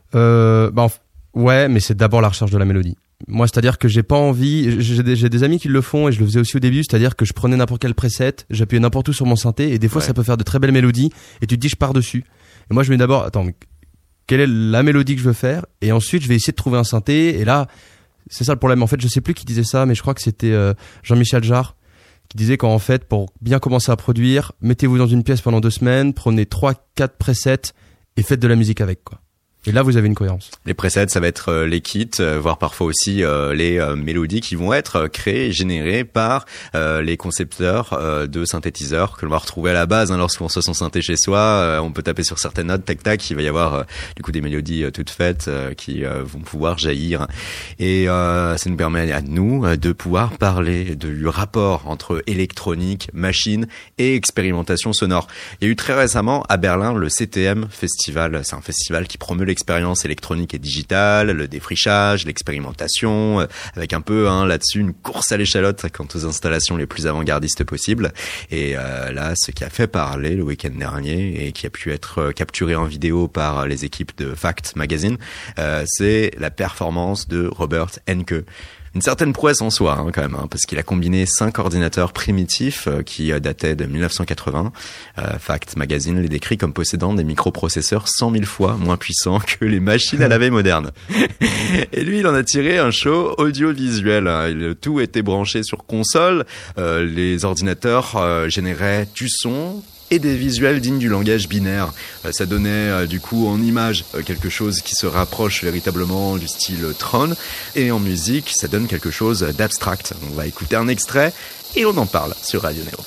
C: Ouais, mais c'est d'abord la recherche de la mélodie. Moi, c'est-à-dire que j'ai pas envie, j'ai des amis qui le font et je le faisais aussi au début, c'est-à-dire que je prenais n'importe quel preset, j'appuyais n'importe où sur mon synthé et des fois ça peut faire de très belles mélodies et tu te dis je pars dessus. Et moi je me dis d'abord, attends, quelle est la mélodie que je veux faire et ensuite je vais essayer de trouver un synthé et là, c'est ça le problème. En fait, je sais plus qui disait ça, mais je crois que c'était Jean-Michel Jarre qui disait qu'en fait, pour bien commencer à produire, mettez-vous dans une pièce pendant 2 semaines, prenez 3-4 presets et faites de la musique avec, quoi. Et là, vous avez une cohérence.
B: Les presets, ça va être les kits, voire parfois aussi les mélodies qui vont être créées et générées par les concepteurs de synthétiseurs que l'on va retrouver à la base. Hein, lorsqu'on reçoit son synthé chez soi, on peut taper sur certaines notes, tac tac, il va y avoir du coup des mélodies toutes faites qui vont pouvoir jaillir. Et ça nous permet à nous de pouvoir parler du rapport entre électronique, machine et expérimentation sonore. Il y a eu très récemment à Berlin le CTM Festival. C'est un festival qui promeut l'expérience électronique et digitale, le défrichage, l'expérimentation, avec un peu là-dessus une course à l'échalote quant aux installations les plus avant-gardistes possibles. Et là, ce qui a fait parler le week-end dernier et qui a pu être capturé en vidéo par les équipes de Fact Magazine, c'est la performance de Robert Enke. Une certaine prouesse en soi, quand même, parce qu'il a combiné 5 ordinateurs primitifs qui dataient de 1980. Fact Magazine les décrit comme possédant des microprocesseurs 100 000 fois moins puissants que les machines à laver modernes. Et lui, il en a tiré un show audiovisuel. Le tout était branché sur console. Les ordinateurs généraient du son et des visuels dignes du langage binaire. Ça donnait du coup en image quelque chose qui se rapproche véritablement du style Tron, et en musique ça donne quelque chose d'abstract. On va écouter un extrait et on en parle sur Radio Néo.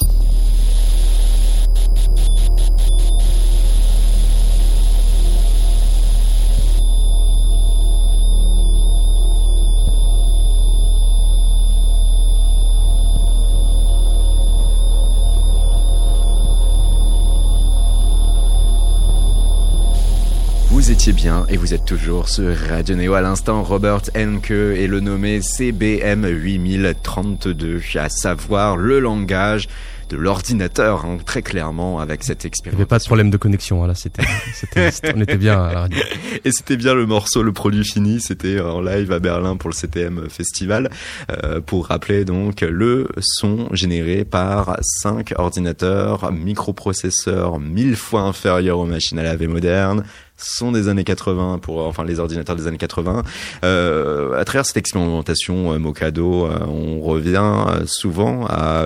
B: Vous étiez bien et vous êtes toujours sur Radio Néo. À l'instant, Robert Enke et le nommé CBM 8032, à savoir le langage l'ordinateur, hein, très clairement, avec cette
C: Il
B: expérience.
C: n'y avait pas de problème de connexion, hein, là, on était bien à la radio.
B: Et c'était bien le morceau, le produit fini, c'était en live à Berlin pour le CTM Festival. Pour rappeler donc le son généré par 5 ordinateurs, microprocesseurs 1000 fois inférieurs aux machines à laver modernes, sont des années 80 les ordinateurs des années 80. À travers cette expérimentation Mokado, on revient souvent à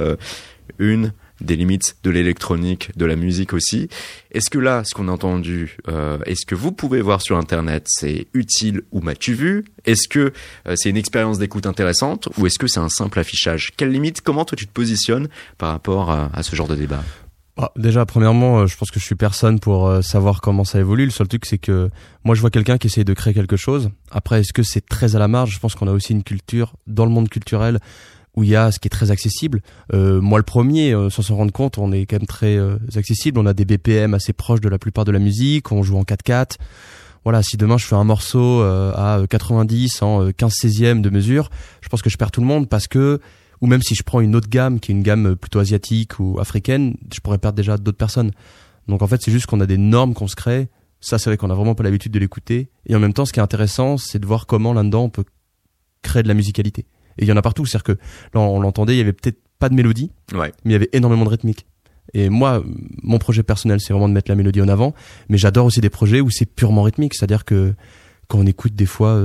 B: une des limites de l'électronique, de la musique aussi. Est-ce que là, ce qu'on a entendu, est-ce que vous pouvez voir sur Internet, c'est utile ou m'as-tu vu? Est-ce que c'est une expérience d'écoute intéressante ou est-ce que c'est un simple affichage? Quelle limite, comment toi tu te positionnes par rapport à ce genre de débat?
C: Déjà, premièrement, je pense que je suis personne pour savoir comment ça évolue. Le seul truc, c'est que moi, je vois quelqu'un qui essaye de créer quelque chose. Après, est-ce que c'est très à la marge? Je pense qu'on a aussi une culture dans le monde culturel où il y a ce qui est très accessible. Moi, le premier, sans s'en rendre compte, on est quand même très accessible. On a des BPM assez proches de la plupart de la musique. On joue en 4/4. Voilà, si demain je fais un morceau à 90 en 15/16e de mesure, je pense que je perds tout le monde parce que, ou même si je prends une autre gamme qui est une gamme plutôt asiatique ou africaine, je pourrais perdre déjà d'autres personnes. Donc en fait, c'est juste qu'on a des normes qu'on se crée. Ça, c'est vrai qu'on a vraiment pas l'habitude de l'écouter. Et en même temps, ce qui est intéressant, c'est de voir comment là-dedans on peut créer de la musicalité. Et il y en a partout. C'est-à-dire que là, on l'entendait, il y avait peut-être pas de mélodie,
B: Ouais.
C: mais il y avait énormément de rythmique. Et moi, mon projet personnel, c'est vraiment de mettre la mélodie en avant. Mais j'adore aussi des projets où c'est purement rythmique. C'est-à-dire que quand on écoute des fois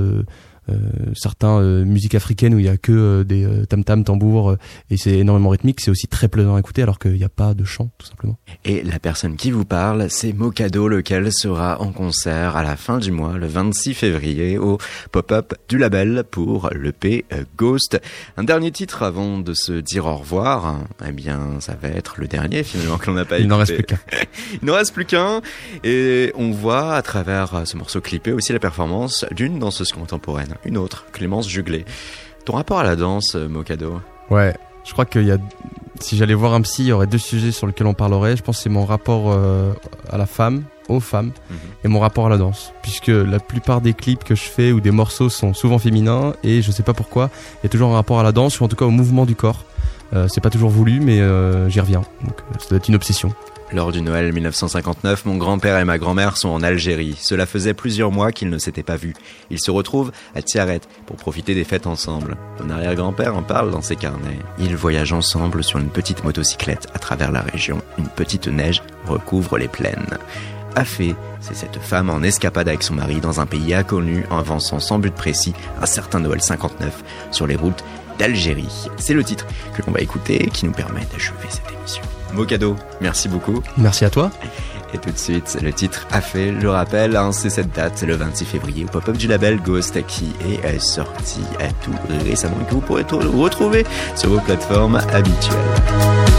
C: certains musiques africaines où il y a que des tam-tam, tambours et c'est énormément rythmique, c'est aussi très plaisant à écouter alors qu'il n'y a pas de chant tout simplement.
B: Et la personne qui vous parle, c'est Mokado, lequel sera en concert à la fin du mois, le 26 février, au pop-up du label pour l'EP Ghost. Un dernier titre avant de se dire au revoir, eh bien ça va être le dernier finalement que l'on n'a pas écouté.
C: Il n'en reste plus qu'un.
B: Il n'en reste plus qu'un et on voit à travers ce morceau clippé aussi la performance d'une danseuse contemporaine, une autre, Clémence Juglet. Ton rapport à la danse, Mokado?
C: Ouais, je crois qu'il y a, si j'allais voir un psy, il y aurait 2 sujets sur lesquels on parlerait. Je pense que c'est mon rapport à la femme, aux femmes, et mon rapport à la danse. Puisque la plupart des clips que je fais ou des morceaux sont souvent féminins, et je sais pas pourquoi, il y a toujours un rapport à la danse, ou en tout cas au mouvement du corps. C'est pas toujours voulu, mais j'y reviens. Donc ça doit être une obsession.
B: Lors du Noël 1959, mon grand-père et ma grand-mère sont en Algérie. Cela faisait plusieurs mois qu'ils ne s'étaient pas vus. Ils se retrouvent à Tiaret pour profiter des fêtes ensemble. Mon arrière-grand-père en parle dans ses carnets. Ils voyagent ensemble sur une petite motocyclette à travers la région. Une petite neige recouvre les plaines. Afé, c'est cette femme en escapade avec son mari dans un pays inconnu, avançant sans but précis un certain Noël 59 sur les routes d'Algérie. C'est le titre que l'on va écouter et qui nous permet d'achever cette émission. Mokado, merci beaucoup.
C: Merci à toi.
B: Et tout de suite, le titre a fait le rappel, hein, c'est cette date, c'est le 26 février au pop-up du label Ghost qui est sorti à tout récemment et que vous pourrez retrouver sur vos plateformes habituelles.